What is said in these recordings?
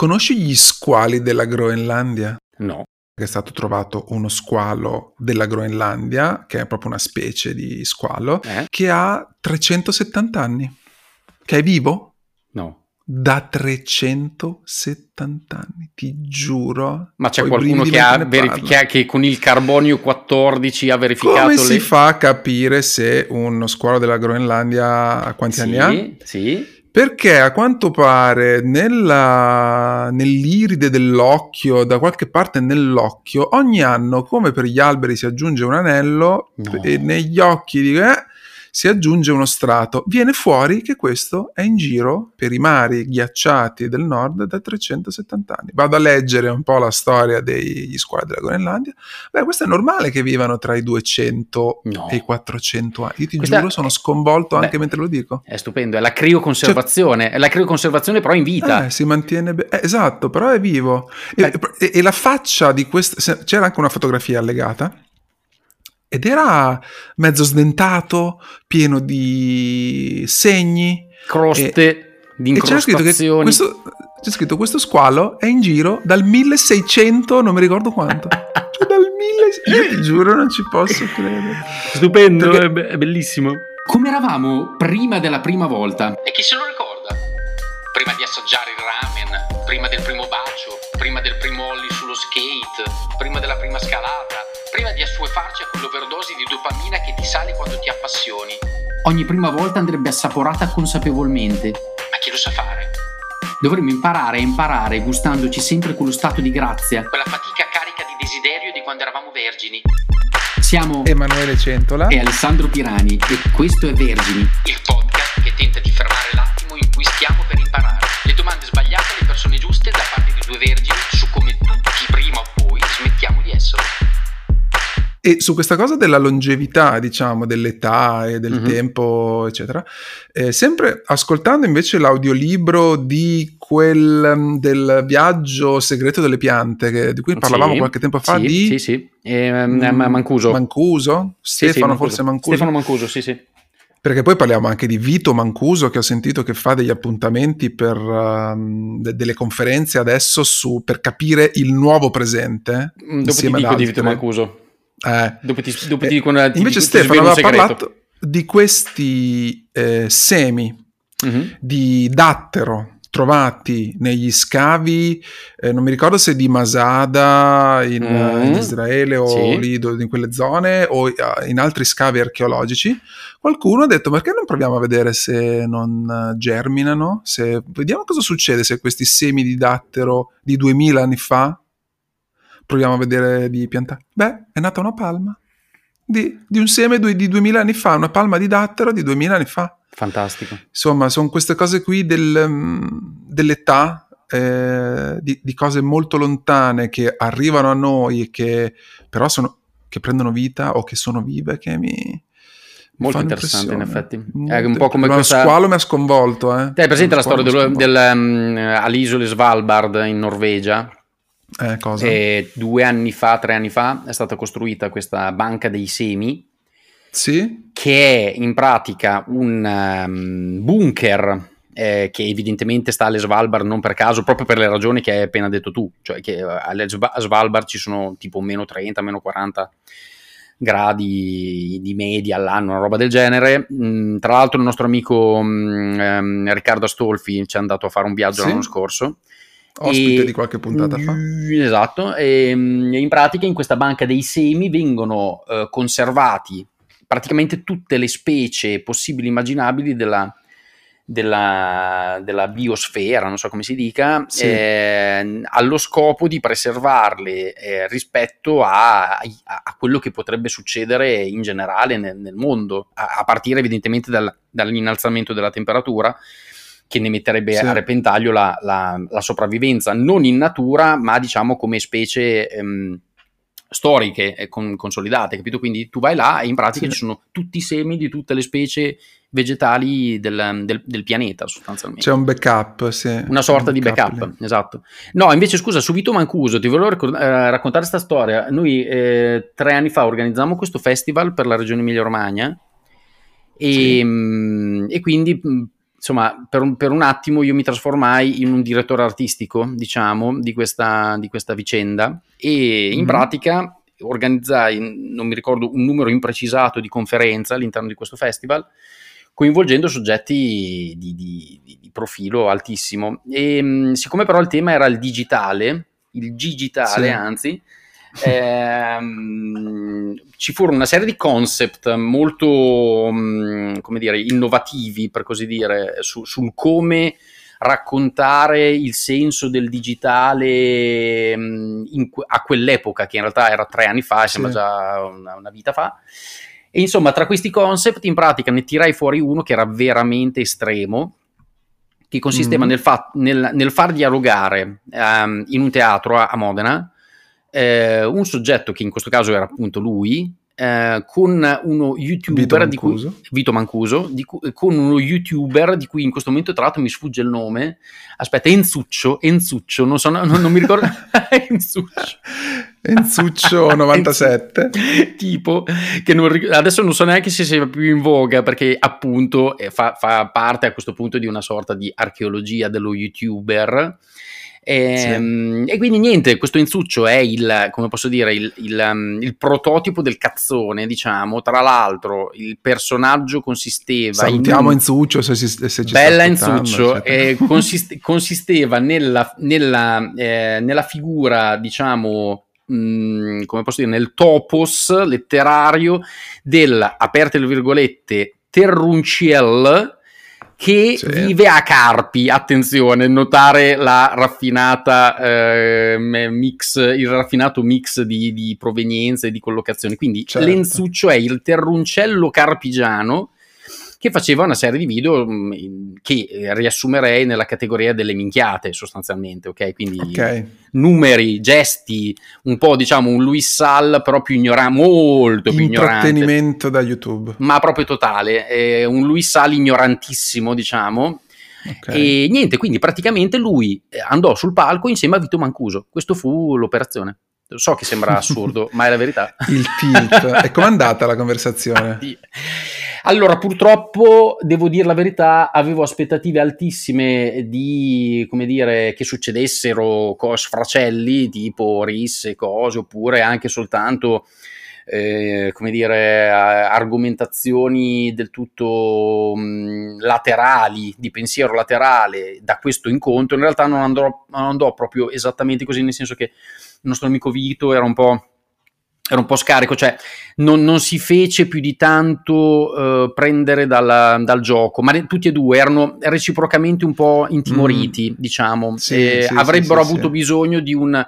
Conosci gli squali della Groenlandia? No. È stato trovato uno squalo della Groenlandia, che è proprio una specie di squalo, che ha 370 anni, che è vivo No. da 370 anni, ti giuro. Ma c'è Ho i qualcuno brividi che ha mentre ne parlo. che con il carbonio 14 ha verificato Come si fa a capire se uno squalo della Groenlandia quanti anni ha? Sì. Perché a quanto pare nell'iride dell'occhio, da qualche parte nell'occhio, ogni anno, come per gli alberi, si aggiunge un anello e negli occhi si aggiunge uno strato. Viene fuori che questo è in giro per i mari ghiacciati del nord da 370 anni. Vado a leggere un po' la storia degli squali della Groenlandia. Beh, questo è normale che vivano tra i 200 e i 400 anni. Io ti giuro, sono sconvolto anche mentre lo dico. È stupendo, è la crioconservazione. È la crioconservazione però in vita. Si mantiene esatto, però è vivo. E la faccia di questo... C'era anche una fotografia allegata. Ed era mezzo sdentato, pieno di segni. Croste, di incrostazioni. C'è scritto questo squalo è in giro dal 1600, non mi ricordo quanto. Cioè dal 1600, io ti giuro, non ci posso credere. Stupendo, è bellissimo. Come eravamo prima della prima volta? E chi se lo ricorda? Prima di assaggiare il ramen, prima del primo bacio, prima del primo ollie sullo skate, prima della prima scalata, prima di assuefarci a quell'overdose di dopamina che ti sale quando ti appassioni. Ogni prima volta andrebbe assaporata consapevolmente. Ma chi lo sa fare? Dovremmo imparare a imparare gustandoci sempre quello stato di grazia, quella fatica carica di desiderio di quando eravamo vergini. Siamo Emanuele Centola e Alessandro Pirani e questo è Vergini, il podcast che tenta di fermare l'attimo in cui stiamo per imparare. Le domande sbagliate alle persone giuste da parte di due vergini su come tutti prima o poi smettiamo di esserlo. E su questa cosa della longevità, diciamo, dell'età e del tempo, eccetera, sempre ascoltando invece l'audiolibro di del viaggio segreto delle piante, di cui parlavamo qualche tempo fa, Mancuso. Stefano Mancuso, sì. Perché poi parliamo anche di Vito Mancuso, che ho sentito che fa degli appuntamenti per delle conferenze adesso per capire il nuovo presente. Dopo ti dico di Vito Mancuso. Dopo ti dico invece Stefano aveva parlato di questi semi di dattero trovati negli scavi, non mi ricordo se di Masada in Israele o lì in quelle zone o in altri scavi archeologici. Qualcuno ha detto: perché non proviamo a vedere se non germinano, vediamo cosa succede se questi semi di dattero di 2000 anni fa proviamo a vedere di piantare. Beh, è nata una palma di un seme di 2000 anni fa, una palma di dattero di 2000 anni fa. Fantastico. Insomma, sono queste cose qui dell'età, di cose molto lontane che arrivano a noi e che però che prendono vita o che sono vive, che molto interessante in effetti. È un po' come questa... squalo mi ha sconvolto. Hai presente la storia all'isola Svalbard in Norvegia? Cosa? 2 anni fa, 3 anni fa è stata costruita questa banca dei semi, che è in pratica un bunker che evidentemente sta alle Svalbard non per caso, proprio per le ragioni che hai appena detto tu, cioè che a Svalbard ci sono tipo meno 30, meno 40 gradi di media all'anno, una roba del genere. Tra l'altro il nostro amico Riccardo Astolfi ci è andato a fare un viaggio l'anno scorso, ospite di qualche puntata fa. Esatto, e in pratica in questa banca dei semi vengono conservati praticamente tutte le specie possibili e immaginabili della biosfera, non so come si dica, allo scopo di preservarle rispetto a quello che potrebbe succedere in generale nel mondo, a partire evidentemente dall'innalzamento della temperatura, che ne metterebbe a repentaglio la sopravvivenza, non in natura, ma diciamo come specie storiche consolidate, capito? Quindi tu vai là e in pratica ci sono tutti i semi di tutte le specie vegetali del pianeta, sostanzialmente. C'è un backup, una sorta di backup, esatto. No, invece scusa, su Vito Mancuso ti volevo raccontare questa storia. Noi 3 anni fa organizzammo questo festival per la regione Emilia Romagna e quindi insomma, per un attimo io mi trasformai in un direttore artistico, diciamo, di questa vicenda, e in pratica organizzai, non mi ricordo, un numero imprecisato di conferenze all'interno di questo festival, coinvolgendo soggetti di profilo altissimo. E siccome però il tema era il digitale, anzi, ci furono una serie di concept molto, come dire, innovativi, per così dire, sul come raccontare il senso del digitale a quell'epoca, che in realtà era 3 anni fa, sembra già una vita fa. E insomma, tra questi concept, in pratica ne tirai fuori uno che era veramente estremo, che consisteva nel far dialogare in un teatro a Modena un soggetto, che in questo caso era appunto lui, con uno youtuber Vito Mancuso, con uno youtuber di cui in questo momento tra l'altro mi sfugge il nome, aspetta, Enzuccio, non mi ricordo. Enzuccio 97 tipo, che adesso non so neanche se sia più in voga, perché appunto fa parte a questo punto di una sorta di archeologia dello youtuber. E quindi niente, questo Enzuccio è come posso dire, il prototipo del cazzone, diciamo. Tra l'altro il personaggio consisteva salutiamo Enzuccio se ci bella Enzuccio, consisteva nella figura, diciamo, come posso dire, nel topos letterario del, aperte le virgolette, Terrunciel, che vive a Carpi. Attenzione, notare la raffinata il raffinato mix di provenienze e di collocazioni. Quindi l'Enzuccio è il terruncello carpigiano che faceva una serie di video che riassumerei nella categoria delle minchiate, sostanzialmente, ok? Quindi numeri, gesti, un po', diciamo, un Luis Sall, però più ignorante, molto più ignorante. Intrattenimento da YouTube. Ma proprio totale, un Luis Sall ignorantissimo, diciamo. E niente, quindi praticamente lui andò sul palco insieme a Vito Mancuso. Questo fu l'operazione. So che sembra assurdo, ma è la verità. Il tilt. E com'è andata la conversazione? Allora, purtroppo, devo dire la verità, avevo aspettative altissime di, come dire, che succedessero sfracelli, tipo risse, cose, oppure anche soltanto, come dire, argomentazioni del tutto laterali, di pensiero laterale da questo incontro. In realtà non andò proprio esattamente così, nel senso che il nostro amico Vito era un po' scarico, cioè non si fece più di tanto prendere dal gioco, ma tutti e due erano reciprocamente un po' intimoriti, diciamo. Avrebbero avuto bisogno di una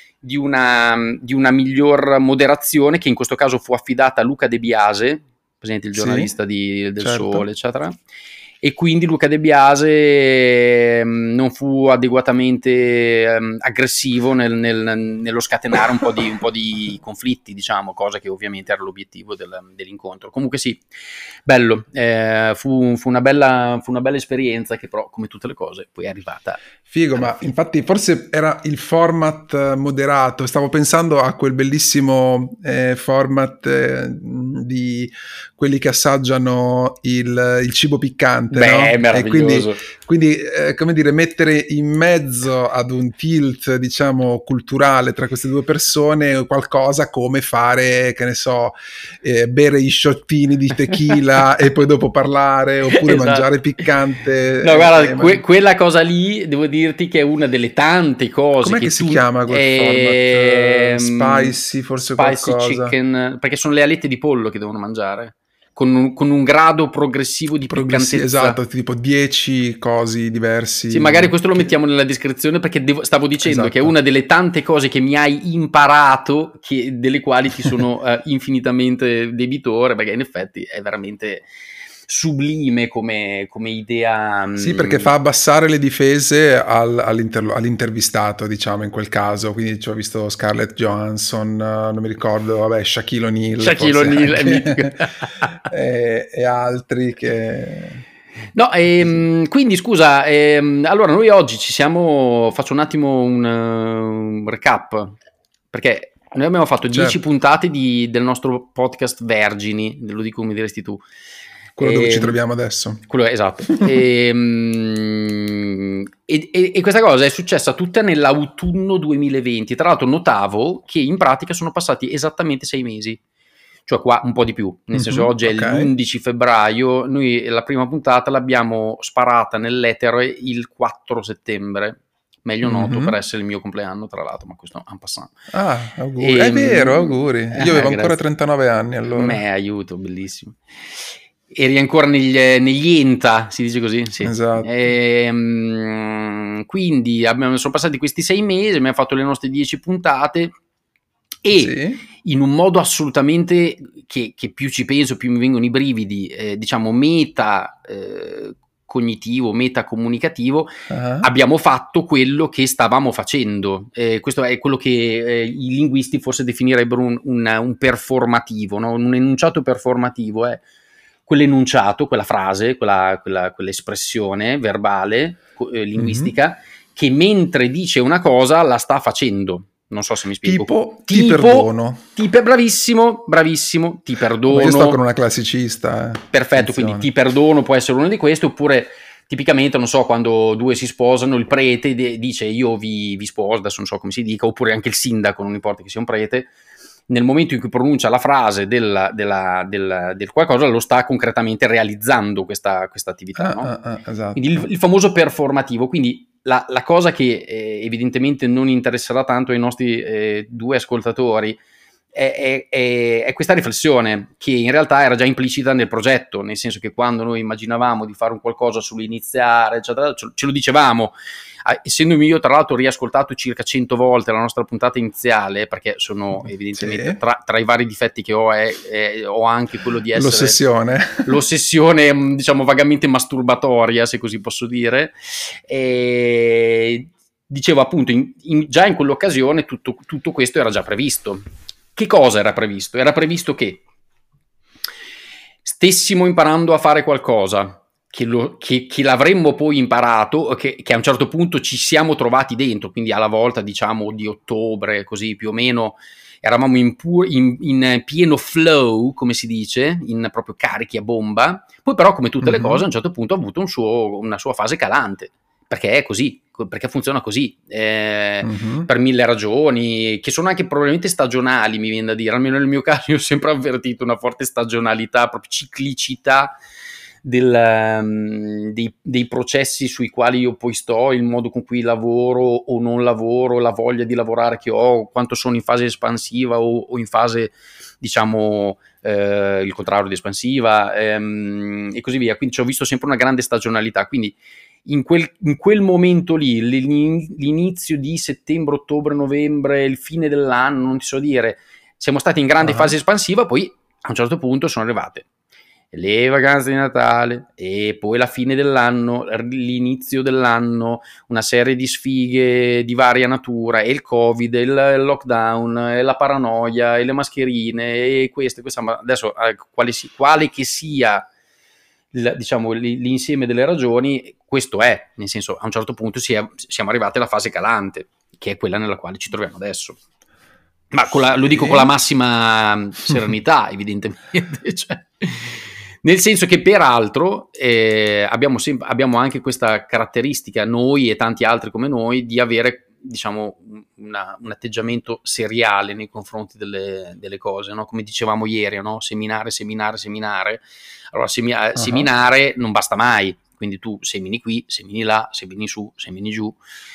miglior moderazione, che in questo caso fu affidata a Luca De Biase, presente il giornalista del Sole, eccetera. E quindi Luca De Biase non fu adeguatamente aggressivo nello scatenare un po' di conflitti, diciamo, cosa che ovviamente era l'obiettivo dell'incontro. Comunque sì, bello, fu una bella esperienza, che però, come tutte le cose, poi è arrivata. Figo, ma infatti forse era il format moderato. Stavo pensando a quel bellissimo format di quelli che assaggiano il cibo piccante. Beh, no? Meraviglioso. E quindi come dire, mettere in mezzo ad un tilt, diciamo, culturale tra queste due persone qualcosa come fare, che ne so, bere gli sciottini di tequila e poi dopo parlare, oppure mangiare piccante. No, guarda, quella cosa lì, devo dirti che è una delle tante cose. Com'è che si chiama quel format? Spicy, forse qualcosa. Spicy chicken, perché sono le alette di pollo che devono mangiare. Con un grado progressivo di piccantezza. Esatto, tipo 10 cosi diversi. Sì, magari questo lo mettiamo nella descrizione, perché stavo dicendo che è una delle tante cose che mi hai imparato, delle quali ti sono infinitamente debitore, perché in effetti è veramente sublime come idea. Sì, perché fa abbassare le difese all'intervistato, diciamo, in quel caso. Quindi ci ho visto Scarlett Johansson, non mi ricordo, vabbè, Shaquille O'Neal è mitico. e altri che... No, quindi scusa, allora noi oggi faccio un attimo un recap, perché noi abbiamo fatto 10 puntate del nostro podcast Vergini, lo dico come diresti tu. Quello dove ci troviamo adesso. Quello, esatto. E questa cosa è successa tutta nell'autunno 2020. Tra l'altro notavo che in pratica sono passati esattamente 6 mesi. Cioè qua un po' di più, nel senso oggi è l'11 febbraio, noi la prima puntata l'abbiamo sparata nell'etere il 4 settembre. Meglio noto per essere il mio compleanno, tra l'altro, ma questo en passant. Ah, auguri. È vero, auguri. Io avevo ancora 39 anni allora. Aiuto, bellissimo. Eri ancora negli ENTA, si dice così? Sì. Esatto. Quindi sono passati questi 6 mesi, abbiamo fatto le nostre 10 puntate e in un modo assolutamente che più ci penso, più mi vengono i brividi, diciamo meta cognitivo, metacomunicativo, abbiamo fatto quello che stavamo facendo. Questo è quello che i linguisti forse definirebbero un performativo, no? Un enunciato performativo è quell'enunciato, quella frase, quell'espressione verbale, linguistica, che mentre dice una cosa la sta facendo. Non so se mi spiego. Tipo ti perdono. Bravissimo, ti perdono. Io sto con una classicista. Perfetto, attenzione. quindi ti perdono può essere uno di questi, oppure tipicamente, non so, quando due si sposano, il prete dice io vi sposo, adesso non so come si dica, oppure anche il sindaco, non importa che sia un prete, nel momento in cui pronuncia la frase del qualcosa, lo sta concretamente realizzando questa attività. No? Esatto. Quindi il famoso performativo. Quindi la cosa che evidentemente non interesserà tanto ai nostri due ascoltatori è questa riflessione che in realtà era già implicita nel progetto, nel senso che quando noi immaginavamo di fare un qualcosa sull'iniziare, eccetera, ce lo dicevamo. Essendomi io tra l'altro riascoltato circa 100 volte la nostra puntata iniziale, perché sono evidentemente tra i vari difetti che ho ho anche quello di essere l'ossessione diciamo vagamente masturbatoria, se così posso dire, e dicevo appunto già in quell'occasione tutto questo era già previsto. Che cosa era previsto? Era previsto che stessimo imparando a fare qualcosa, che l'avremmo poi imparato, che a un certo punto ci siamo trovati dentro, quindi alla volta diciamo di ottobre, così più o meno, eravamo in pieno flow, come si dice, in proprio carichi a bomba. Poi però, come tutte le cose, a un certo punto ha avuto una sua fase calante, perché è così, perché funziona così, per 1000 ragioni, che sono anche probabilmente stagionali, mi viene da dire, almeno nel mio caso io ho sempre avvertito una forte stagionalità, proprio ciclicità dei processi sui quali io poi sto, il modo con cui lavoro o non lavoro, la voglia di lavorare che ho, quanto sono in fase espansiva o in fase, diciamo, il contrario di espansiva, e così via. Quindi ci ho visto sempre una grande stagionalità, quindi in quel momento lì, l'inizio di settembre, ottobre, novembre, il fine dell'anno, non ti so dire, siamo stati in grande fase espansiva, poi a un certo punto sono arrivate le vacanze di Natale e poi la fine dell'anno, l'inizio dell'anno, una serie di sfighe di varia natura, e il Covid, il lockdown, e la paranoia, e le mascherine, e questo, ma adesso quale che sia diciamo l'insieme delle ragioni, questo è, nel senso, a un certo punto siamo arrivati alla fase calante, che è quella nella quale ci troviamo adesso. Ma lo dico con la massima serenità, evidentemente, cioè, nel senso che peraltro abbiamo anche questa caratteristica, noi e tanti altri come noi, di avere, diciamo, un atteggiamento seriale nei confronti delle cose, no? Come dicevamo ieri, no? Seminare. Allora seminare non basta mai, quindi tu semini qui, semini là, semini su, semini giù.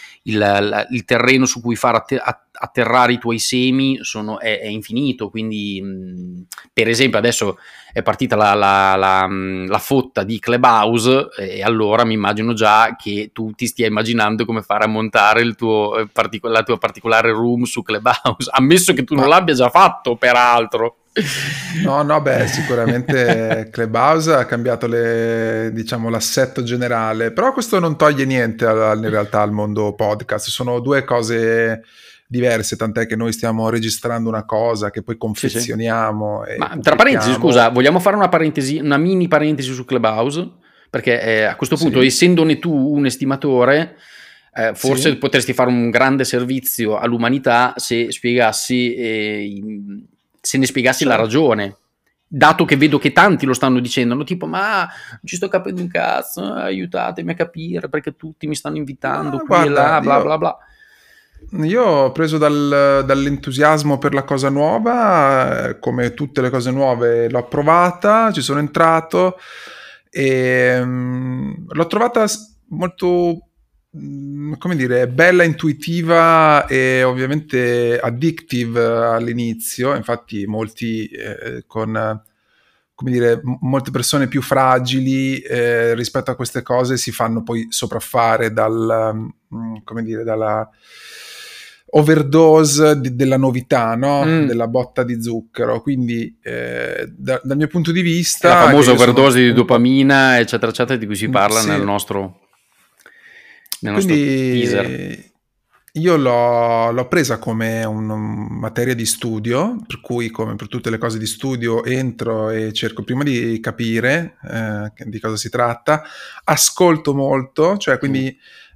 Il terreno su cui far atterrare i tuoi semi è infinito, quindi per esempio adesso è partita la fotta di Clubhouse, e allora mi immagino già che tu ti stia immaginando come fare a montare la tua particolare room su Clubhouse, ammesso che tu non l'abbia già fatto peraltro. No, sicuramente Clubhouse ha cambiato l'assetto generale, però questo non toglie niente in realtà al mondo podcast, sono due cose diverse, tant'è che noi stiamo registrando una cosa che poi confezioniamo. Sì. Ma tra parentesi, scusa, vogliamo fare una mini parentesi su Clubhouse? Perché a questo punto, essendone tu un estimatore, forse potresti fare un grande servizio all'umanità se ne spiegassi la ragione. dato che vedo che tanti lo stanno dicendo, no? Tipo, ma ci sto capendo un cazzo, aiutatemi a capire perché tutti mi stanno invitando qui e là, bla bla bla. Io ho preso dall'entusiasmo per la cosa nuova, come tutte le cose nuove l'ho provata, ci sono entrato e l'ho trovata molto, come dire, bella, intuitiva e ovviamente addictive all'inizio. Infatti molti come dire, molte persone più fragili rispetto a queste cose si fanno poi sopraffare come dire, dalla overdose della novità, no? Della botta di zucchero. Quindi dal mio punto di vista, la famosa overdose di dopamina, eccetera eccetera, di cui si parla nel nostro teaser. Io l'ho presa come una materia di studio, per cui, come per tutte le cose di studio, entro e cerco prima di capire di cosa si tratta, ascolto molto, cioè quindi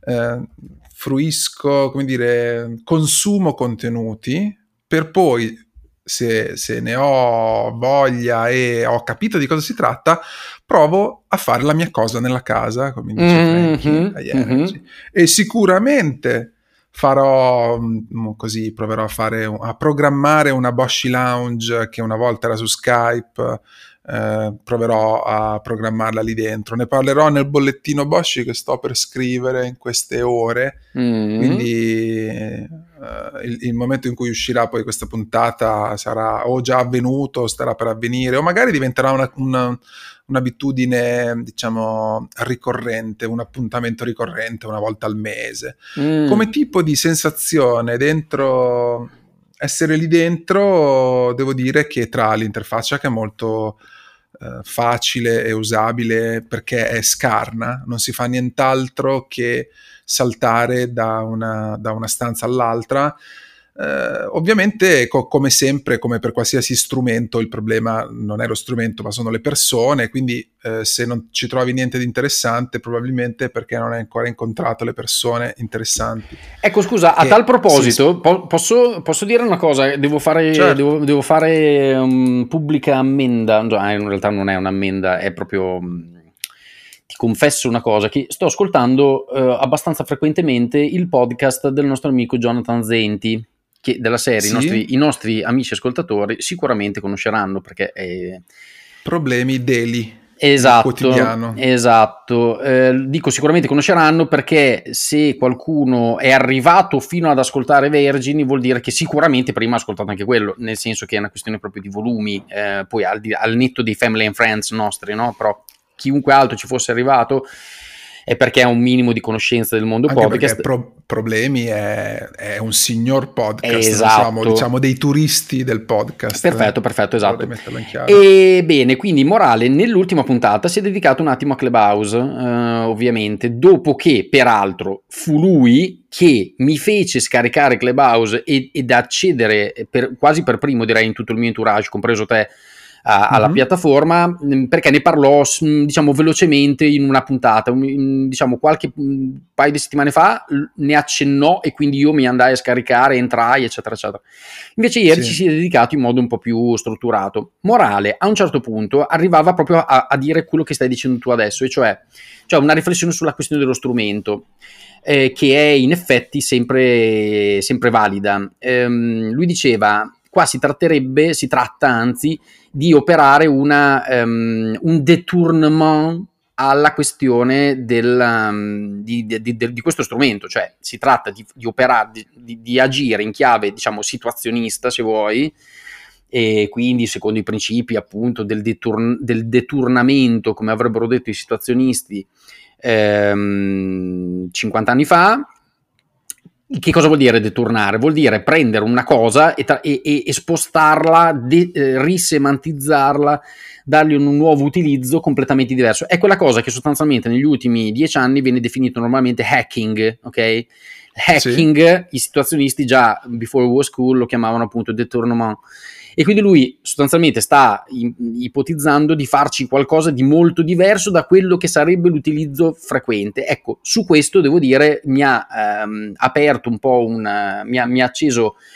fruisco, come dire, consumo contenuti, per poi, se ne ho voglia e ho capito di cosa si tratta, provo a fare la mia cosa nella casa, come dice Frankie, e sicuramente farò così, proverò a programmare una Boschi Lounge che una volta era su Skype, proverò a programmarla lì dentro. Ne parlerò nel bollettino Boschi che sto per scrivere in queste ore, quindi il momento in cui uscirà poi questa puntata sarà o già avvenuto o starà per avvenire, o magari diventerà un'abitudine, diciamo, ricorrente, un appuntamento ricorrente una volta al mese. Come tipo di sensazione dentro, essere lì dentro, devo dire che tra l'interfaccia, che è molto facile e usabile perché è scarna, non si fa nient'altro che saltare da una stanza all'altra. Ovviamente, come sempre, come per qualsiasi strumento, il problema non è lo strumento ma sono le persone, quindi se non ci trovi niente di interessante probabilmente è perché non hai ancora incontrato le persone interessanti. Ecco, scusa, a tal proposito posso dire una cosa? Devo fare, certo. devo fare pubblica ammenda, in realtà non è un'ammenda, è proprio... Ti confesso una cosa, che sto ascoltando abbastanza frequentemente il podcast del nostro amico Jonathan Zenti, che della serie i nostri amici ascoltatori sicuramente conosceranno, perché è... Problemi daily. Quotidiano. Esatto. Dico sicuramente conosceranno perché se qualcuno è arrivato fino ad ascoltare Vergini vuol dire che sicuramente prima ha ascoltato anche quello, nel senso che è una questione proprio di volumi, poi al netto dei family and friends nostri, no? Però chiunque altro ci fosse arrivato è perché ha un minimo di conoscenza del mondo anche podcast. Problemi è un signor podcast, esatto. Siamo, diciamo, dei turisti del podcast. Perfetto, esatto. E bene, quindi morale, nell'ultima puntata si è dedicato un attimo a Clubhouse, ovviamente, dopo che peraltro fu lui che mi fece scaricare Clubhouse ed accedere quasi per primo, direi, in tutto il mio entourage, compreso te, alla piattaforma, perché ne parlò, diciamo, velocemente in una puntata, diciamo qualche paio di settimane fa ne accennò e quindi io mi andai a scaricare, entrai, eccetera eccetera. Invece ieri ci si è dedicato in modo un po' più strutturato. Morale, a un certo punto arrivava proprio a dire quello che stai dicendo tu adesso, e cioè una riflessione sulla questione dello strumento, che è in effetti sempre valida. Lui diceva: qua si tratta anzi di operare un détournement alla questione di questo strumento, cioè si tratta di operare, di agire in chiave, diciamo, situazionista, se vuoi, e quindi secondo i principi appunto del deturnamento, come avrebbero detto i situazionisti 50 anni fa. Che cosa vuol dire deturnare? Vuol dire prendere una cosa e spostarla, risemantizzarla, dargli un nuovo utilizzo completamente diverso. È quella cosa che sostanzialmente negli ultimi 10 anni viene definito normalmente hacking, ok? Hacking, i situazionisti già before it was cool lo chiamavano appunto détournement. E quindi lui sostanzialmente sta ipotizzando di farci qualcosa di molto diverso da quello che sarebbe l'utilizzo frequente. Ecco, su questo devo dire mi ha aperto un po' mi ha acceso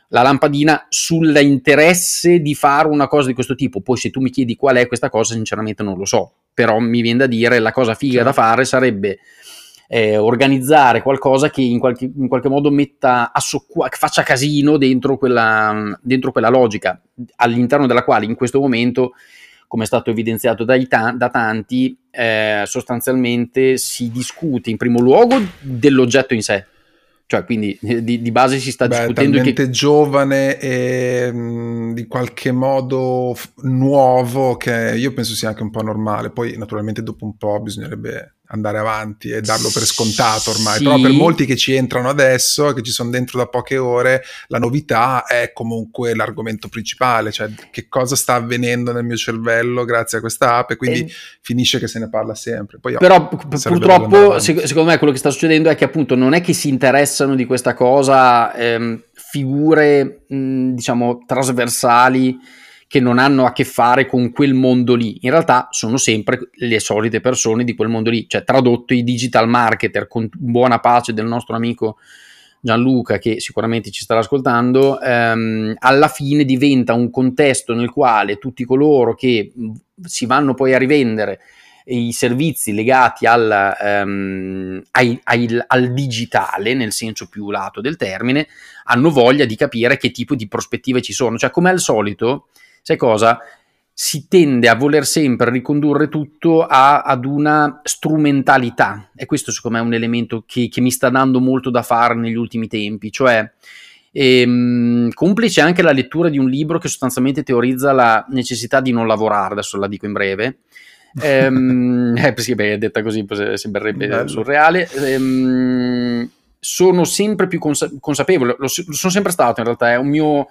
la lampadina sull'interesse di fare una cosa di questo tipo. Poi se tu mi chiedi qual è questa cosa, sinceramente non lo so, però mi viene da dire la cosa figa da fare sarebbe organizzare qualcosa che in qualche modo metta che faccia casino dentro quella logica, all'interno della quale in questo momento, come è stato evidenziato da tanti, sostanzialmente si discute in primo luogo dell'oggetto in sé. Cioè, quindi di base si sta discutendo talmente giovane e di qualche modo nuovo, che io penso sia anche un po' normale. Poi naturalmente dopo un po' bisognerebbe andare avanti e darlo per scontato ormai, sì. Però per molti che ci entrano adesso, che ci sono dentro da poche ore, la novità è comunque l'argomento principale, cioè che cosa sta avvenendo nel mio cervello grazie a questa app, e quindi finisce che se ne parla sempre. Poi, però purtroppo secondo me quello che sta succedendo è che appunto non è che si interessano di questa cosa figure diciamo trasversali che non hanno a che fare con quel mondo lì. In realtà sono sempre le solite persone di quel mondo lì, cioè tradotto i digital marketer, con buona pace del nostro amico Gianluca, che sicuramente ci starà ascoltando. Alla fine diventa un contesto nel quale tutti coloro che si vanno poi a rivendere i servizi legati al digitale, nel senso più lato del termine, hanno voglia di capire che tipo di prospettive ci sono. Cioè, come al solito, sai cosa? Si tende a voler sempre ricondurre tutto ad una strumentalità, e questo secondo me è un elemento che mi sta dando molto da fare negli ultimi tempi, cioè complice anche la lettura di un libro che sostanzialmente teorizza la necessità di non lavorare, adesso la dico in breve, perché detta così sembrerebbe surreale. Sono sempre più consapevole, lo sono sempre stato in realtà, è un mio,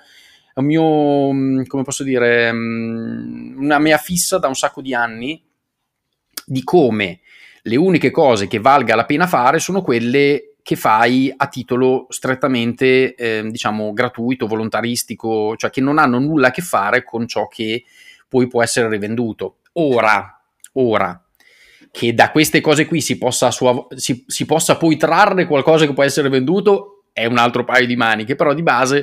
come posso dire, una mia fissa da un sacco di anni, di come le uniche cose che valga la pena fare sono quelle che fai a titolo strettamente diciamo gratuito, volontaristico, cioè che non hanno nulla a che fare con ciò che poi può essere rivenduto. Ora che da queste cose qui si possa poi trarre qualcosa che può essere venduto è un altro paio di maniche, però di base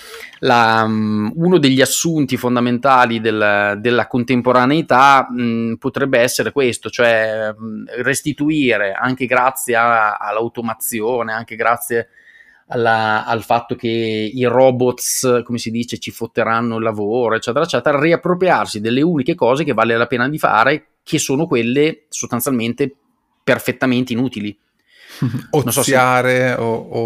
uno degli assunti fondamentali della contemporaneità potrebbe essere questo, cioè restituire, anche grazie all'automazione, anche grazie al fatto che i robots, come si dice, ci fotteranno il lavoro, eccetera, eccetera, riappropriarsi delle uniche cose che vale la pena di fare, che sono quelle sostanzialmente perfettamente inutili. Oziare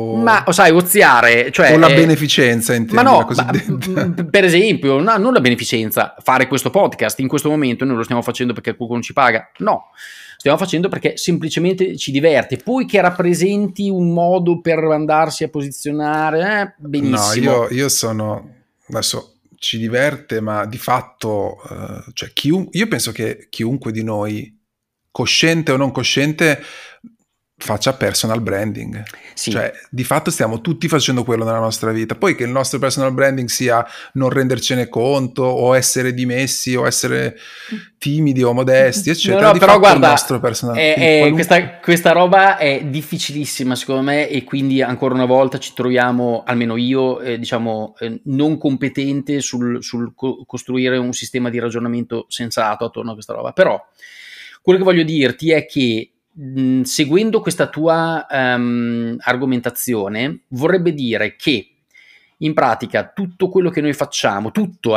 oziare, cioè, o la beneficenza, intendi, ma no, cosiddetta. Per esempio, no, non la beneficenza, fare questo podcast in questo momento noi lo stiamo facendo perché qualcuno ci paga, no, stiamo facendo perché semplicemente ci diverte, poi che rappresenti un modo per andarsi a posizionare, benissimo. No, io sono, adesso ci diverte, ma di fatto cioè io penso che chiunque di noi, cosciente o non cosciente, faccia personal branding. Sì. Cioè di fatto stiamo tutti facendo quello nella nostra vita. Poi che il nostro personal branding sia non rendercene conto, o essere dimessi, o essere timidi o modesti, eccetera, no, però guarda, il nostro personal questa roba è difficilissima secondo me, e quindi ancora una volta ci troviamo, almeno io diciamo non competente sul costruire un sistema di ragionamento sensato attorno a questa roba. Però quello che voglio dirti è che seguendo questa tua argomentazione, vorrebbe dire che in pratica tutto quello che noi facciamo, tutto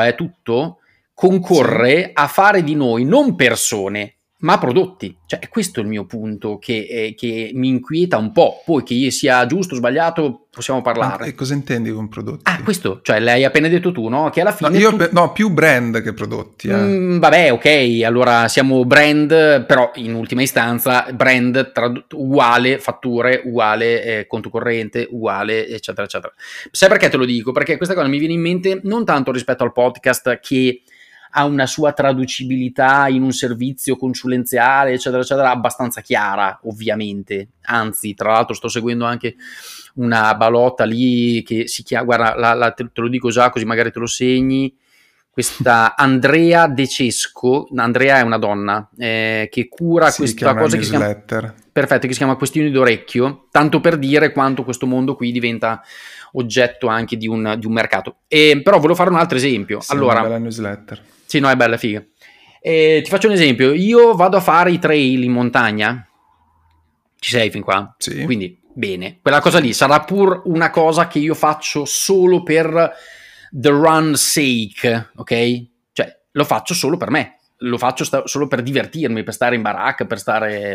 concorre a fare di noi non persone, ma prodotti. Cioè, è questo il mio punto che mi inquieta un po'. Poi che sia giusto o sbagliato possiamo parlare. E cosa intendi con prodotti? Questo, cioè l'hai appena detto tu, no? Che alla fine più brand che prodotti. Vabbè, ok, allora siamo brand, però in ultima istanza brand uguale fatture, uguale conto corrente, uguale eccetera eccetera. Sai perché te lo dico? Perché questa cosa mi viene in mente non tanto rispetto al podcast, che ha una sua traducibilità in un servizio consulenziale eccetera eccetera abbastanza chiara, ovviamente, anzi tra l'altro sto seguendo anche una ballotta lì che si chiama, guarda, te lo dico già così magari te lo segni, questa Andrea De Cesco. Andrea è una donna che cura questa cosa che si chiama, perfetto, che si chiama Questioni d'orecchio, tanto per dire quanto questo mondo qui diventa oggetto anche di un mercato. Però volevo fare un altro esempio. Sì, allora, una bella newsletter. Sì, no, è bella, figa. Ti faccio un esempio. Io vado a fare i trail in montagna. Ci sei fin qua? Sì. Quindi, bene. Quella cosa lì sarà pur una cosa che io faccio solo per the run sake, ok? Cioè, lo faccio solo per me. Lo faccio solo per divertirmi, per stare in baracca, per stare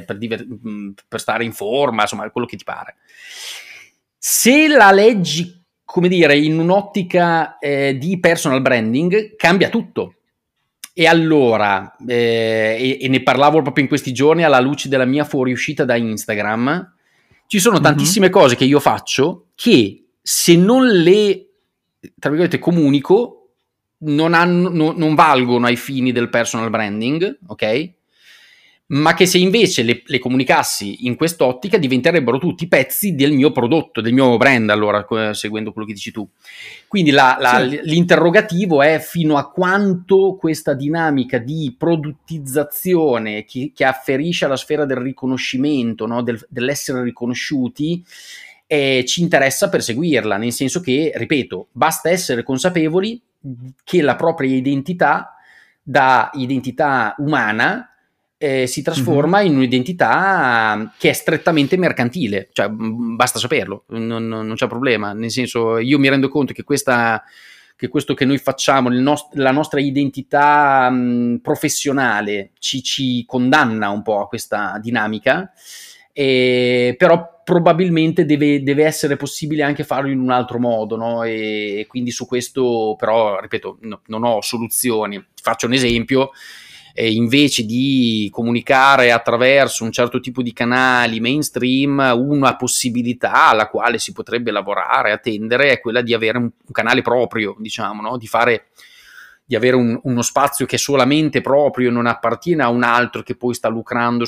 in forma, insomma, quello che ti pare. Se la leggi, come dire, in un'ottica di personal branding, cambia tutto. E allora, e ne parlavo proprio in questi giorni alla luce della mia fuoriuscita da Instagram, ci sono tantissime cose che io faccio che se non le, tra virgolette, comunico, non valgono ai fini del personal branding, ok? Ma che se invece le comunicassi in quest'ottica diventerebbero tutti pezzi del mio prodotto, del mio brand, allora, seguendo quello che dici tu. Quindi Sì. l'interrogativo è fino a quanto questa dinamica di produttizzazione che afferisce alla sfera del riconoscimento, no? dell'essere riconosciuti, ci interessa perseguirla, nel senso che, ripeto, basta essere consapevoli che la propria identità, da identità umana, si trasforma in un'identità che è strettamente mercantile, cioè basta saperlo, non c'è problema, nel senso, io mi rendo conto che questo che noi facciamo, la nostra identità professionale ci condanna un po' a questa dinamica, però probabilmente deve essere possibile anche farlo in un altro modo, no? E quindi su questo però, ripeto, non ho soluzioni. Faccio un esempio: invece di comunicare attraverso un certo tipo di canali mainstream, una possibilità alla quale si potrebbe lavorare, attendere, è quella di avere un canale proprio, diciamo, no? Di avere uno spazio che è solamente proprio, non appartiene a un altro che poi sta lucrando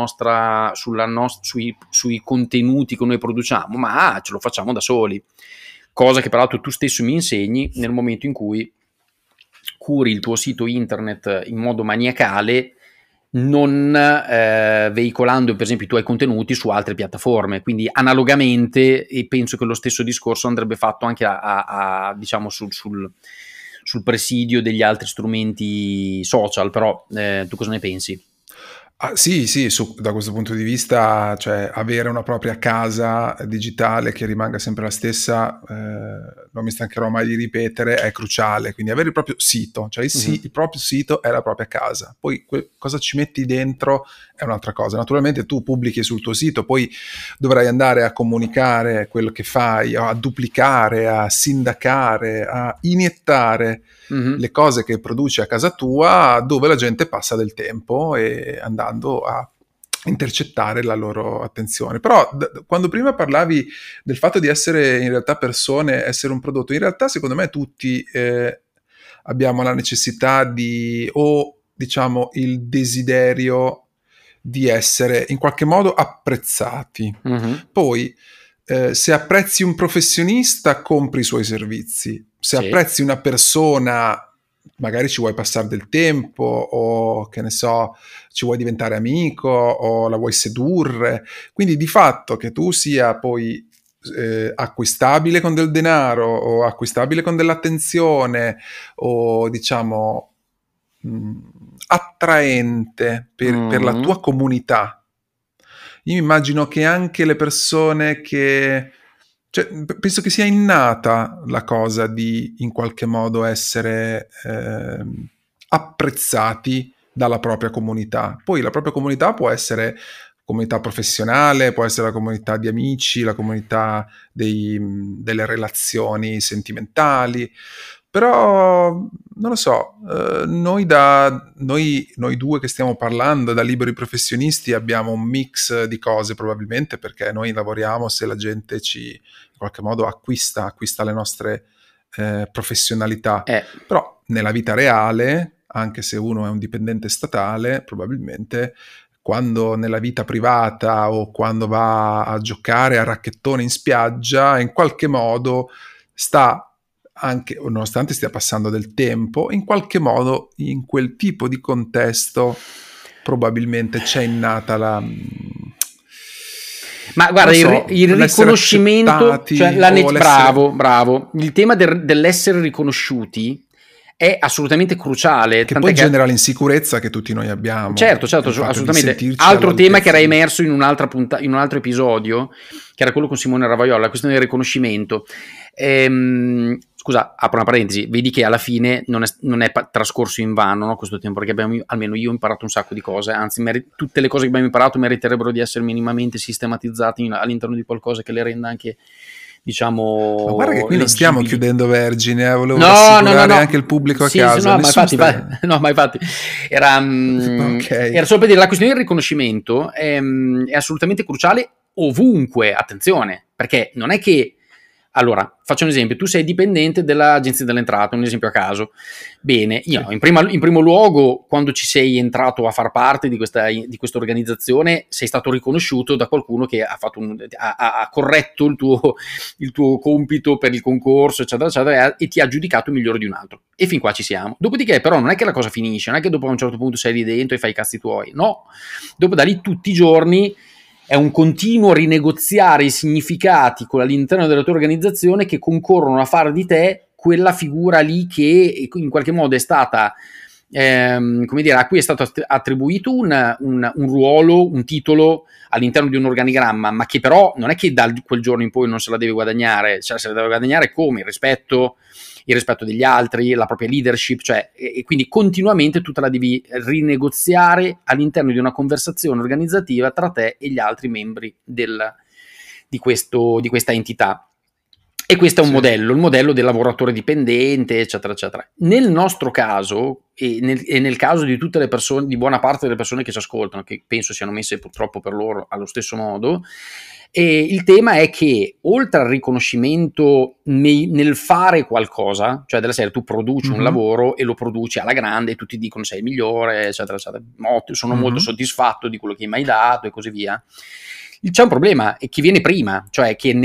sui contenuti che noi produciamo, ma ce lo facciamo da soli. Cosa che peraltro tu stesso mi insegni nel momento in cui curi il tuo sito internet in modo maniacale, non veicolando per esempio i tuoi contenuti su altre piattaforme. Quindi analogamente, e penso che lo stesso discorso andrebbe fatto anche diciamo sul presidio degli altri strumenti social, però tu cosa ne pensi? Sì, da questo punto di vista, cioè avere una propria casa digitale che rimanga sempre la stessa, non mi stancherò mai di ripetere, è cruciale. Quindi avere il proprio sito, cioè il proprio sito è la propria casa. Poi cosa ci metti dentro è un'altra cosa. Naturalmente tu pubblichi sul tuo sito, poi dovrai andare a comunicare quello che fai, a duplicare, a sindacare, a iniettare le cose che produci a casa tua, dove la gente passa del tempo e andando a intercettare la loro attenzione. Però quando prima parlavi del fatto di essere in realtà persone, essere un prodotto, in realtà secondo me tutti abbiamo la necessità o diciamo il desiderio di essere in qualche modo apprezzati. Poi se apprezzi un professionista, compri i suoi servizi. Se apprezzi una persona, magari ci vuoi passare del tempo, o che ne so, ci vuoi diventare amico, o la vuoi sedurre. Quindi di fatto che tu sia poi acquistabile con del denaro, o acquistabile con dell'attenzione, o diciamo attraente per la tua comunità. Io immagino che anche le persone cioè, penso che sia innata la cosa di in qualche modo essere apprezzati dalla propria comunità. Poi la propria comunità può essere comunità professionale, può essere la comunità di amici, la comunità delle relazioni sentimentali, però non lo so, noi due che stiamo parlando, da liberi professionisti, abbiamo un mix di cose probabilmente, perché noi lavoriamo se la gente ci in qualche modo acquista le nostre professionalità, però nella vita reale, anche se uno è un dipendente statale, probabilmente quando nella vita privata o quando va a giocare a racchettone in spiaggia, in qualche modo anche nonostante stia passando del tempo, in qualche modo in quel tipo di contesto probabilmente c'è innata Ma guarda, il riconoscimento, cioè bravo, il tema dell'essere riconosciuti è assolutamente cruciale. Che poi genera l'insicurezza che tutti noi abbiamo. Certo, assolutamente. Altro tema che era emerso in un'altra in un altro episodio, che era quello con Simone Ravaiola, la questione del riconoscimento. Scusa, apro una parentesi, vedi che alla fine non è trascorso in vano, no, questo tempo, perché almeno io ho imparato un sacco di cose, anzi tutte le cose che abbiamo imparato meriterebbero di essere minimamente sistematizzate all'interno di qualcosa che le renda anche, diciamo, ma guarda che qui non stiamo chiudendo vergine, volevo no, anche il pubblico a casa. Ma infatti era solo per dire, la questione del riconoscimento è assolutamente cruciale ovunque, attenzione, perché non è che, allora, faccio un esempio, tu sei dipendente dell'Agenzia delle Entrate, un esempio a caso. Bene, io in primo luogo, quando ci sei entrato a far parte di questa organizzazione, sei stato riconosciuto da qualcuno che ha corretto il tuo compito per il concorso, eccetera, eccetera, e ti ha giudicato migliore di un altro. E fin qua ci siamo. Dopodiché, però, non è che la cosa finisce, non è che dopo a un certo punto sei lì dentro e fai i cazzi tuoi. No, dopo da lì tutti i giorni è un continuo rinegoziare i significati all'interno della tua organizzazione che concorrono a fare di te quella figura lì che in qualche modo è stata, come dire, a cui è stato attribuito un ruolo, un titolo all'interno di un organigramma, ma che però non è che da quel giorno in poi non se la deve guadagnare, cioè se la deve guadagnare come? Il rispetto degli altri, la propria leadership, cioè, e quindi continuamente tu te la devi rinegoziare all'interno di una conversazione organizzativa tra te e gli altri membri di questa entità. E questo è un modello, il modello del lavoratore dipendente, eccetera, eccetera. Nel nostro caso, e nel caso di tutte le persone, di buona parte delle persone che ci ascoltano, che penso siano messe purtroppo per loro allo stesso modo, e il tema è che oltre al riconoscimento nel fare qualcosa, cioè della serie tu produci un lavoro e lo produci alla grande e tutti dicono sei il migliore, eccetera, eccetera, sono molto soddisfatto di quello che mi hai dato e così via. C'è un problema che viene prima, cioè che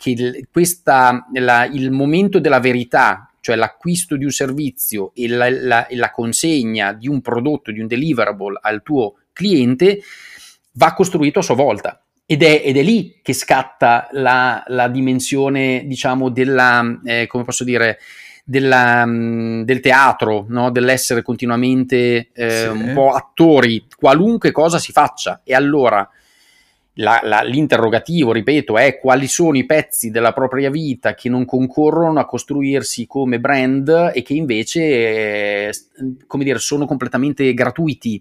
il momento della verità, cioè l'acquisto di un servizio e la consegna di un prodotto, di un deliverable al tuo cliente, va costruito a sua volta. Ed è lì che scatta la dimensione, diciamo, come posso dire, del teatro, no? Dell'essere continuamente un po' attori, qualunque cosa si faccia. E allora l'interrogativo, ripeto, è quali sono i pezzi della propria vita che non concorrono a costruirsi come brand e che invece, come dire, sono completamente gratuiti,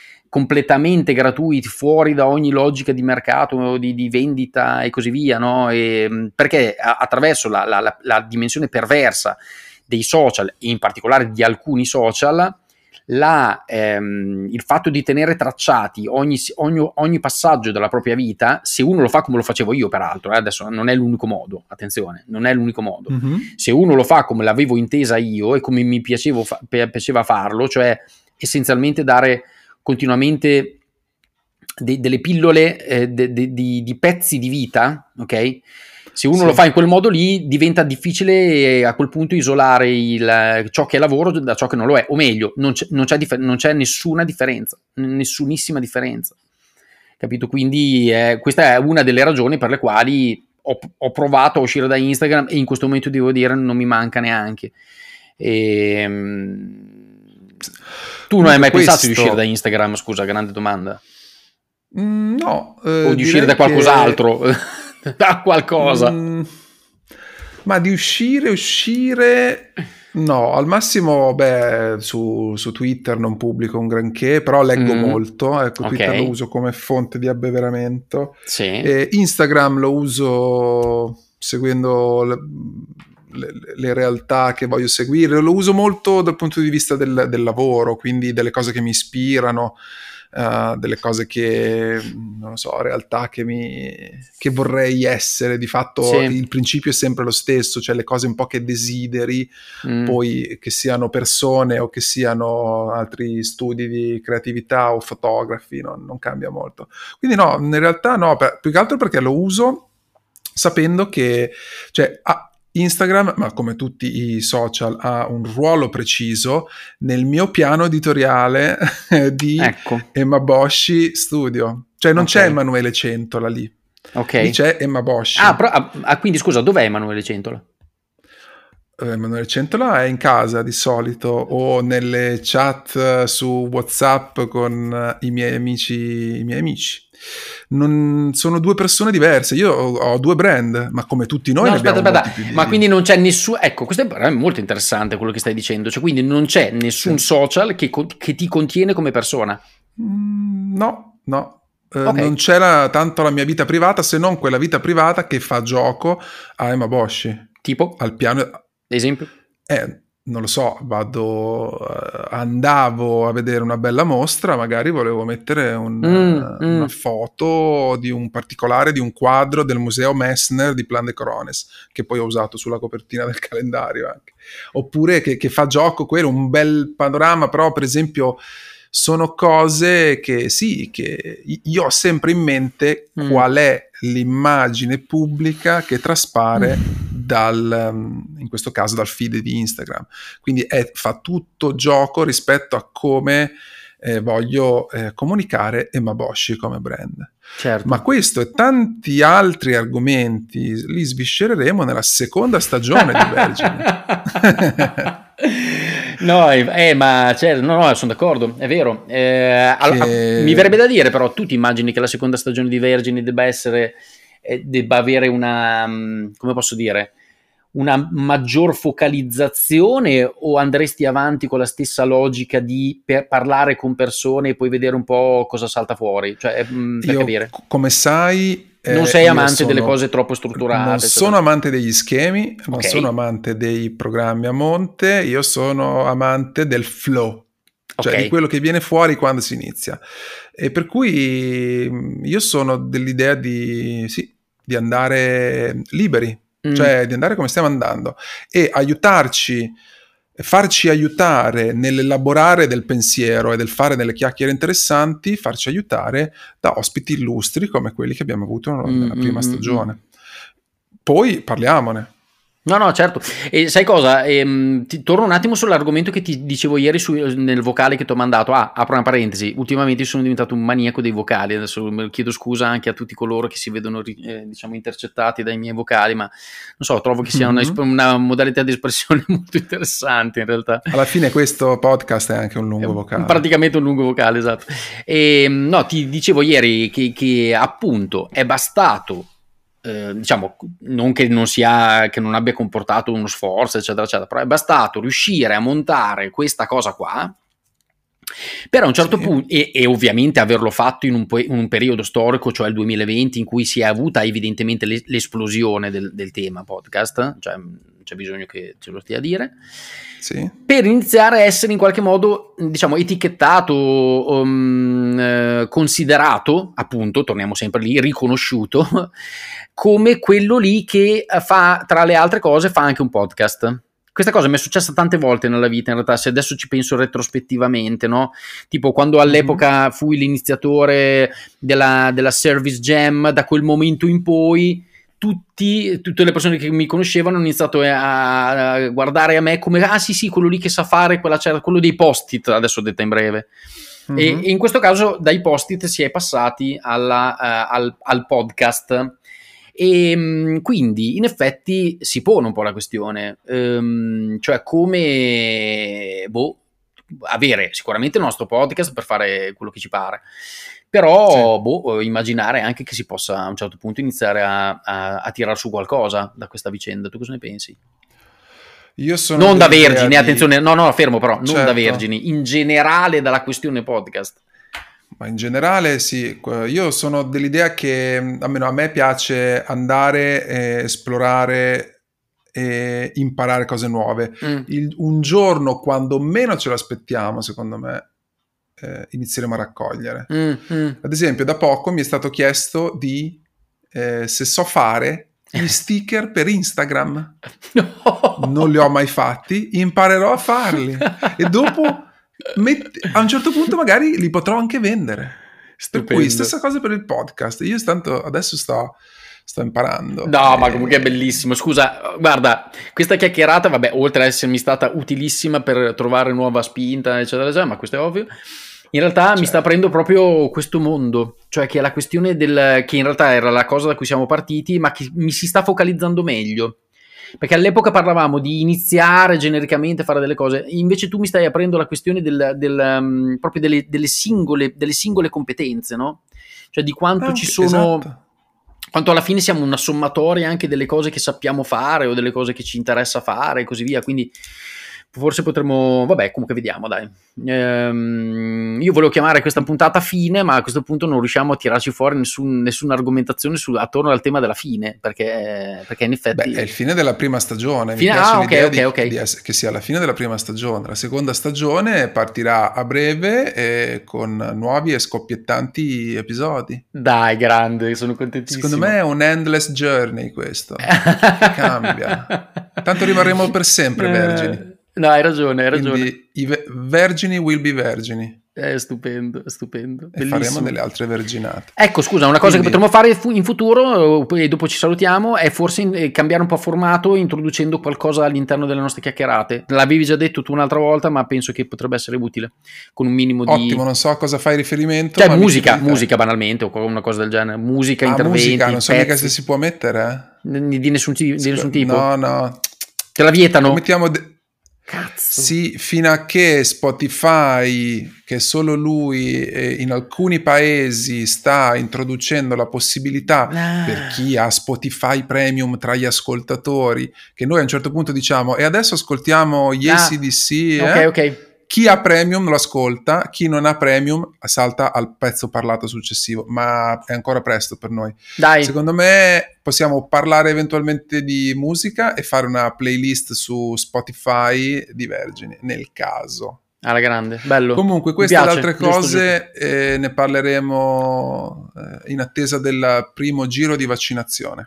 fuori da ogni logica di mercato, di vendita e così via, no? Perché attraverso la dimensione perversa dei social, e in particolare di alcuni social, il fatto di tenere tracciati ogni passaggio della propria vita, se uno lo fa come lo facevo io, peraltro, adesso non è l'unico modo, attenzione, non è l'unico modo. Se uno lo fa come l'avevo intesa io e come mi piaceva farlo, cioè essenzialmente dare continuamente delle pillole di pezzi di vita, ok? Se uno lo fa in quel modo lì, diventa difficile a quel punto isolare ciò che è lavoro da ciò che non lo è, o meglio, non c'è nessuna differenza, nessunissima differenza, capito? Quindi questa è una delle ragioni per le quali ho provato a uscire da Instagram e in questo momento devo dire non mi manca neanche. Tu non hai mai pensato di uscire da Instagram? Scusa, grande domanda. No. O di uscire da qualcos'altro? Da qualcosa. Ma di uscire no, al massimo su Twitter non pubblico un granché, però leggo molto, ecco, Twitter lo uso come fonte di abbeveramento. Sì. Instagram lo uso seguendo le realtà che voglio seguire, lo uso molto dal punto di vista del lavoro, quindi delle cose che mi ispirano, delle cose che, non lo so, realtà che vorrei essere. Di fatto il principio è sempre lo stesso, cioè le cose un po' che desideri, poi che siano persone o che siano altri studi di creatività o fotografi, non cambia molto. Quindi no, in realtà no, più che altro perché lo uso sapendo che, cioè, Instagram, ma come tutti i social, ha un ruolo preciso nel mio piano editoriale di Emaboshi Studio. Cioè non c'è Emanuele Centola lì. Ok. Lì c'è Emma Bosch. Quindi scusa, dov'è Emanuele Centola? Emanuele Centola è in casa di solito o nelle chat su WhatsApp con i miei amici. Sono due persone diverse. Io ho due brand, ma come tutti noi ne abbiamo molti più ma quindi non c'è nessun... Ecco, questo è molto interessante quello che stai dicendo. Cioè, quindi non c'è nessun social che ti contiene come persona? No. Okay. Non c'è tanto la mia vita privata, se non quella vita privata che fa gioco a Emma Bosch. Tipo? Al piano... Esempio? Non lo so, andavo a vedere una bella mostra, magari volevo mettere una foto di un particolare, di un quadro del museo Messner di Plan de Corones, che poi ho usato sulla copertina del calendario anche. Oppure che fa gioco quello, un bel panorama, però per esempio sono cose che sì, che io ho sempre in mente qual è l'immagine pubblica che traspare in questo caso dal feed di Instagram. Quindi fa tutto gioco rispetto a come voglio comunicare Emma Bosch come brand. Certo. Ma questo e tanti altri argomenti li sviscereremo nella seconda stagione di Vergine. Ma no, sono d'accordo, è vero. Mi verrebbe da dire, però, tu ti immagini che la seconda stagione di Vergine debba avere una, come posso dire, una maggior focalizzazione, o andresti avanti con la stessa logica di parlare con persone e poi vedere un po' cosa salta fuori? Cioè, per capire. Come sai... non sei amante delle cose troppo strutturate? Non sono amante degli schemi, non Okay. sono amante dei programmi a monte, io sono amante del flow, cioè di quello che viene fuori quando si inizia. E per cui io sono dell'idea di andare liberi, cioè di andare come stiamo andando e farci aiutare nell'elaborare del pensiero e del fare delle chiacchiere interessanti, farci aiutare da ospiti illustri come quelli che abbiamo avuto nella prima stagione. Poi parliamone. No, certo. E sai cosa? Ti torno un attimo sull'argomento che ti dicevo ieri nel vocale che ti ho mandato. Apro una parentesi. Ultimamente sono diventato un maniaco dei vocali. Adesso chiedo scusa anche a tutti coloro che si vedono diciamo intercettati dai miei vocali, ma non so, trovo che sia una modalità di espressione molto interessante in realtà. Alla fine questo podcast è anche un lungo vocale. Praticamente un lungo vocale, esatto. No, ti dicevo ieri che appunto è bastato, diciamo, non che non abbia comportato uno sforzo, eccetera, eccetera, però è bastato riuscire a montare questa cosa qua per a un certo punto, e ovviamente averlo fatto in un periodo storico, cioè il 2020, in cui si è avuta evidentemente l'esplosione del tema podcast, cioè c'è bisogno che ce lo stia a dire, per iniziare a essere in qualche modo, diciamo, etichettato, considerato, appunto, torniamo sempre lì, riconosciuto come quello lì che fa, tra le altre cose, fa anche un podcast. Questa cosa mi è successa tante volte nella vita, in realtà, se adesso ci penso retrospettivamente, no? Tipo quando all'epoca fui l'iniziatore della Service Jam, da quel momento in poi tutte le persone che mi conoscevano hanno iniziato a guardare a me come sì, quello lì che sa fare quello dei post-it, adesso detta in breve. E in questo caso dai post-it si è passati al podcast. E quindi in effetti si pone un po' la questione, cioè come avere sicuramente il nostro podcast per fare quello che ci pare, però immaginare anche che si possa a un certo punto iniziare a tirar su qualcosa da questa vicenda. Tu cosa ne pensi? Io sono non da Vergine, attenzione, no, fermo però, non da Vergine, in generale dalla questione podcast. Ma in generale sì, io sono dell'idea che almeno a me piace andare, esplorare e imparare cose nuove. Un giorno, quando meno ce l'aspettiamo, secondo me, inizieremo a raccogliere. Ad esempio, da poco mi è stato chiesto se so fare gli sticker per Instagram. Non li ho mai fatti, imparerò a farli e dopo a un certo punto magari li potrò anche vendere. Stupendo. Per cui stessa cosa per il podcast. Io adesso sto imparando. No, ma comunque è bellissimo. Scusa, guarda, questa chiacchierata, vabbè, oltre ad essermi stata utilissima per trovare nuova spinta, eccetera, eccetera, ma questo è ovvio, In realtà mi sta aprendo proprio questo mondo, cioè che è la questione che in realtà era la cosa da cui siamo partiti, ma che mi si sta focalizzando meglio. Perché all'epoca parlavamo di iniziare genericamente a fare delle cose, invece tu mi stai aprendo la questione proprio delle singole competenze, no? Cioè di quanto ci sono, esatto. Quanto alla fine siamo una sommatoria anche delle cose che sappiamo fare o delle cose che ci interessa fare e così via, quindi forse potremmo, vabbè, comunque vediamo, dai. Io volevo chiamare questa puntata fine, ma a questo punto non riusciamo a tirarci fuori nessuna argomentazione attorno al tema della fine, perché in effetti... Beh, è il fine della prima stagione. Mi piace l'idea che sia la fine della prima stagione. La seconda stagione partirà a breve con nuovi e scoppiettanti episodi. Dai, grande, sono contentissimo. Secondo me è un endless journey questo, che cambia. Tanto rimarremo per sempre vergini. No, hai ragione. Quindi i vergini will be vergini. È stupendo. E Bellissimo. faremo delle altre verginate. Ecco, scusa, una cosa che potremmo fare in futuro, poi dopo ci salutiamo, è forse cambiare un po' formato introducendo qualcosa all'interno delle nostre chiacchierate. L'avevi già detto tu un'altra volta, ma penso che potrebbe essere utile, con un minimo di... Ottimo, non so a cosa fai riferimento. Cioè musica banalmente, o una cosa del genere. Musica, interventi, musica, non so pezzi. mica se si può mettere. Di nessun tipo? No. Te la vietano? Cazzo. Sì, fino a che Spotify, che solo lui in alcuni paesi sta introducendo la possibilità per chi ha Spotify Premium tra gli ascoltatori, che noi a un certo punto diciamo e adesso ascoltiamo gli AC/DC. Ok. Chi ha Premium lo ascolta, chi non ha Premium salta al pezzo parlato successivo, ma è ancora presto per noi. Dai. Secondo me possiamo parlare eventualmente di musica e fare una playlist su Spotify di vergini, nel caso. Alla grande, bello. Comunque queste e altre cose ne parleremo in attesa del primo giro di vaccinazione.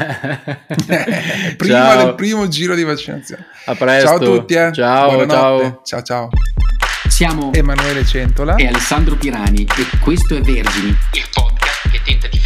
Prima del primo giro di vaccinazione. A presto. Ciao a tutti. Ciao. Ciao. Siamo Emanuele Centola e Alessandro Pirani e questo è Vergini, il podcast che tenta di